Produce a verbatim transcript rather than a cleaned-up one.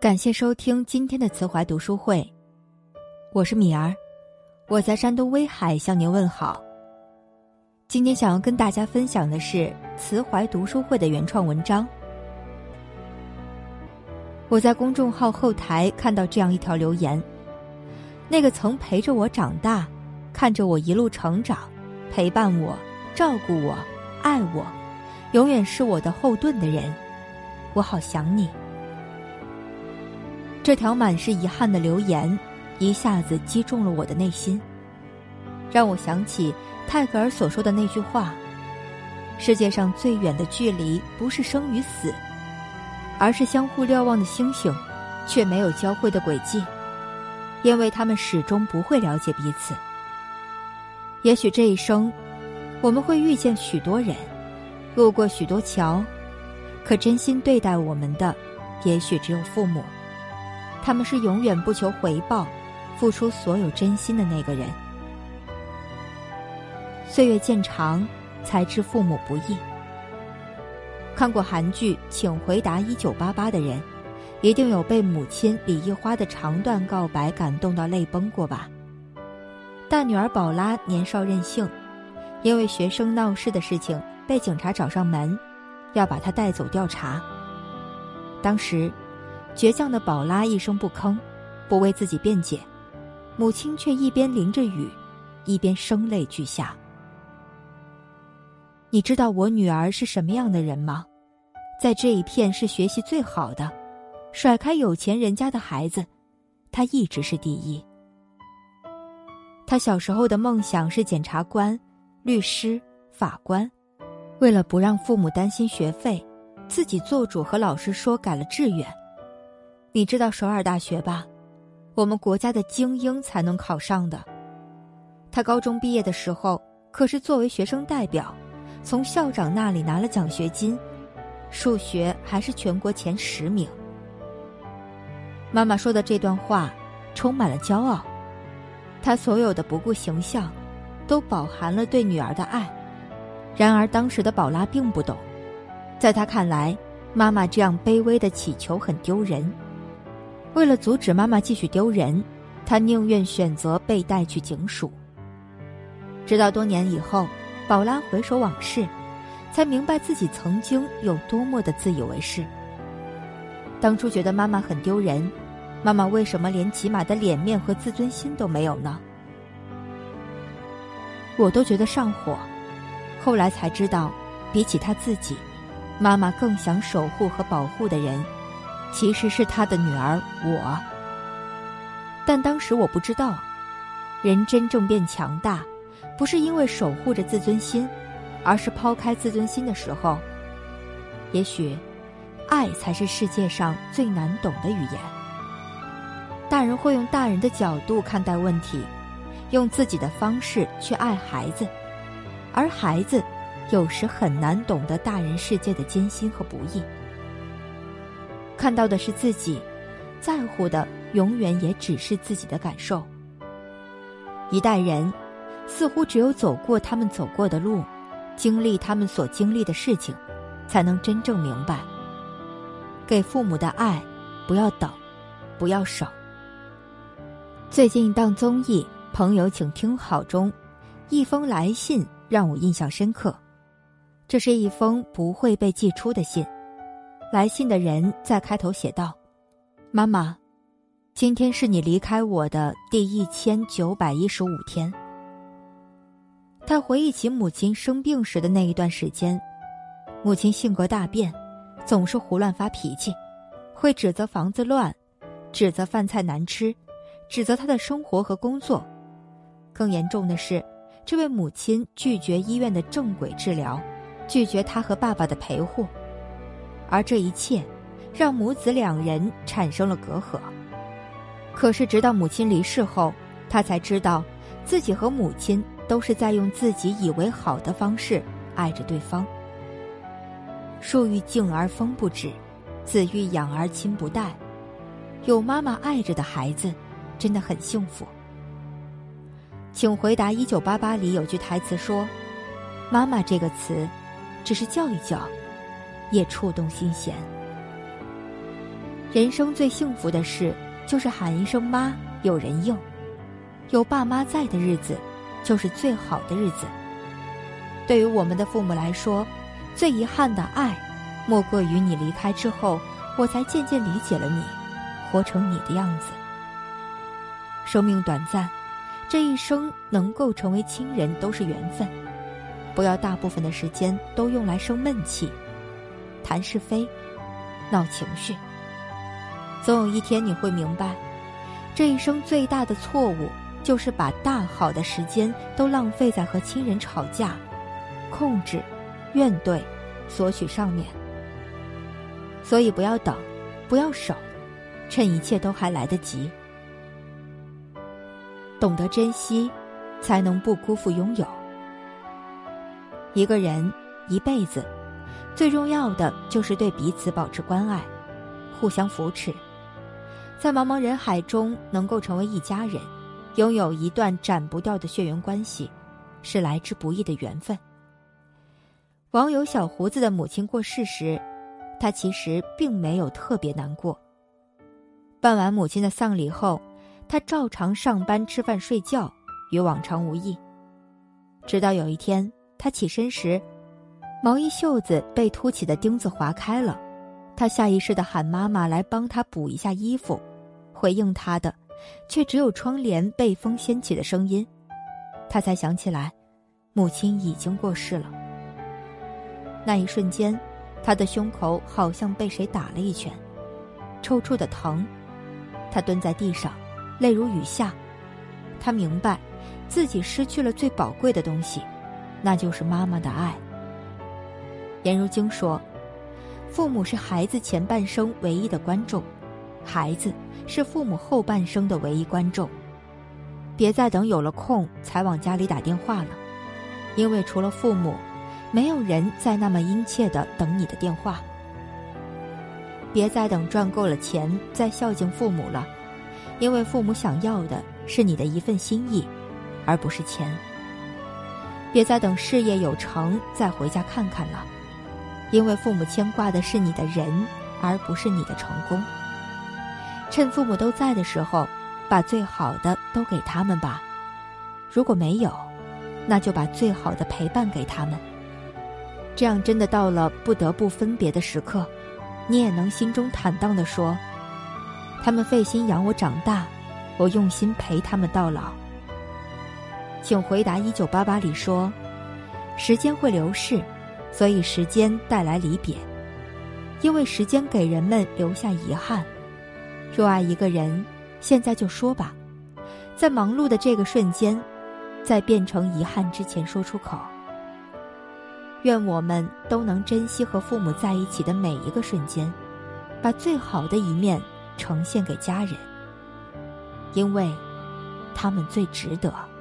感谢收听今天的慈怀读书会，我是米儿，我在山东威海向您问好。今天想要跟大家分享的是慈怀读书会的原创文章。我在公众号后台看到这样一条留言，那个曾陪着我长大，看着我一路成长，陪伴我，照顾我，爱我，永远是我的后盾的人，我好想你。这条满是遗憾的留言一下子击中了我的内心，让我想起泰戈尔所说的那句话，世界上最远的距离不是生与死，而是相互瞭望的星星却没有交汇的轨迹，因为他们始终不会了解彼此。也许这一生我们会遇见许多人，路过许多桥，可真心对待我们的也许只有父母，他们是永远不求回报，付出所有真心的那个人。岁月渐长，才知父母不易。看过韩剧《请回答一九八八》的人，一定有被母亲李一花的长段告白感动到泪崩过吧。大女儿宝拉年少任性，因为学生闹事的事情被警察找上门，要把她带走调查。当时倔强的宝拉一声不吭，不为自己辩解，母亲却一边淋着雨，一边声泪俱下。你知道我女儿是什么样的人吗？在这一片是学习最好的，甩开有钱人家的孩子，她一直是第一。她小时候的梦想是检察官、律师、法官，为了不让父母担心学费，自己做主和老师说改了志愿。你知道首尔大学吧？我们国家的精英才能考上的。他高中毕业的时候，可是作为学生代表，从校长那里拿了奖学金，数学还是全国前十名。妈妈说的这段话充满了骄傲，她所有的不顾形象，都饱含了对女儿的爱。然而当时的宝拉并不懂，在她看来，妈妈这样卑微的祈求很丢人。为了阻止妈妈继续丢人，她宁愿选择被带去警署。直到多年以后，宝拉回首往事，才明白自己曾经有多么的自以为是。当初觉得妈妈很丢人，妈妈为什么连起码的脸面和自尊心都没有呢？我都觉得上火，后来才知道，比起她自己，妈妈更想守护和保护的人其实是他的女儿我。但当时我不知道，人真正变强大，不是因为守护着自尊心，而是抛开自尊心的时候，也许爱才是世界上最难懂的语言。大人会用大人的角度看待问题，用自己的方式去爱孩子，而孩子有时很难懂得大人世界的艰辛和不易。看到的是自己，在乎的永远也只是自己的感受。一代人似乎只有走过他们走过的路，经历他们所经历的事情，才能真正明白，给父母的爱不要等，不要省。最近一档综艺《朋友请听好》中，一封来信让我印象深刻。这是一封不会被寄出的信，来信的人在开头写道：妈妈，今天是你离开我的第一千九百一十五天。他回忆起母亲生病时的那一段时间，母亲性格大变，总是胡乱发脾气，会指责房子乱，指责饭菜难吃，指责他的生活和工作。更严重的是，这位母亲拒绝医院的正轨治疗，拒绝他和爸爸的陪护。而这一切让母子两人产生了隔阂。可是直到母亲离世后，他才知道自己和母亲都是在用自己以为好的方式爱着对方。树欲静而风不止，子欲养而亲不待。有妈妈爱着的孩子真的很幸福。请回答一九八八里有句台词说，妈妈这个词只是叫一叫，也触动心弦。 人生最幸福的事，就是喊一声妈，有人应。有爸妈在的日子，就是最好的日子。对于我们的父母来说，最遗憾的爱，莫过于你离开之后，我才渐渐理解了你，活成你的样子。生命短暂，这一生能够成为亲人都是缘分，不要大部分的时间都用来生闷气，谈是非，闹情绪。总有一天你会明白，这一生最大的错误，就是把大好的时间都浪费在和亲人吵架、控制、怨怼、索取上面。所以不要等，不要守，趁一切都还来得及。懂得珍惜，才能不辜负拥有。一个人一辈子，最重要的就是对彼此保持关爱，互相扶持，在茫茫人海中能够成为一家人，拥有一段斩不掉的血缘关系，是来之不易的缘分。网友小胡子的母亲过世时，他其实并没有特别难过。办完母亲的丧礼后，他照常上班、吃饭、睡觉，与往常无异。直到有一天，他起身时，毛衣袖子被凸起的钉子划开了，他下意识地喊妈妈来帮他补一下衣服，回应他的却只有窗帘被风掀起的声音。他才想起来，母亲已经过世了。那一瞬间，他的胸口好像被谁打了一拳，抽搐的疼。他蹲在地上，泪如雨下。他明白，自己失去了最宝贵的东西，那就是妈妈的爱。颜如晶说，父母是孩子前半生唯一的观众，孩子是父母后半生的唯一观众。别再等有了空才往家里打电话了，因为除了父母，没有人再那么殷切地等你的电话。别再等赚够了钱再孝敬父母了，因为父母想要的是你的一份心意，而不是钱。别再等事业有成再回家看看了，因为父母牵挂的是你的人，而不是你的成功。趁父母都在的时候，把最好的都给他们吧。如果没有，那就把最好的陪伴给他们。这样真的到了不得不分别的时刻，你也能心中坦荡地说，他们费心养我长大，我用心陪他们到老。请回答一九八八里说，时间会流逝，所以时间带来离别，因为时间给人们留下遗憾。若爱一个人，现在就说吧，在忙碌的这个瞬间，在变成遗憾之前说出口。愿我们都能珍惜和父母在一起的每一个瞬间，把最好的一面呈现给家人，因为他们最值得。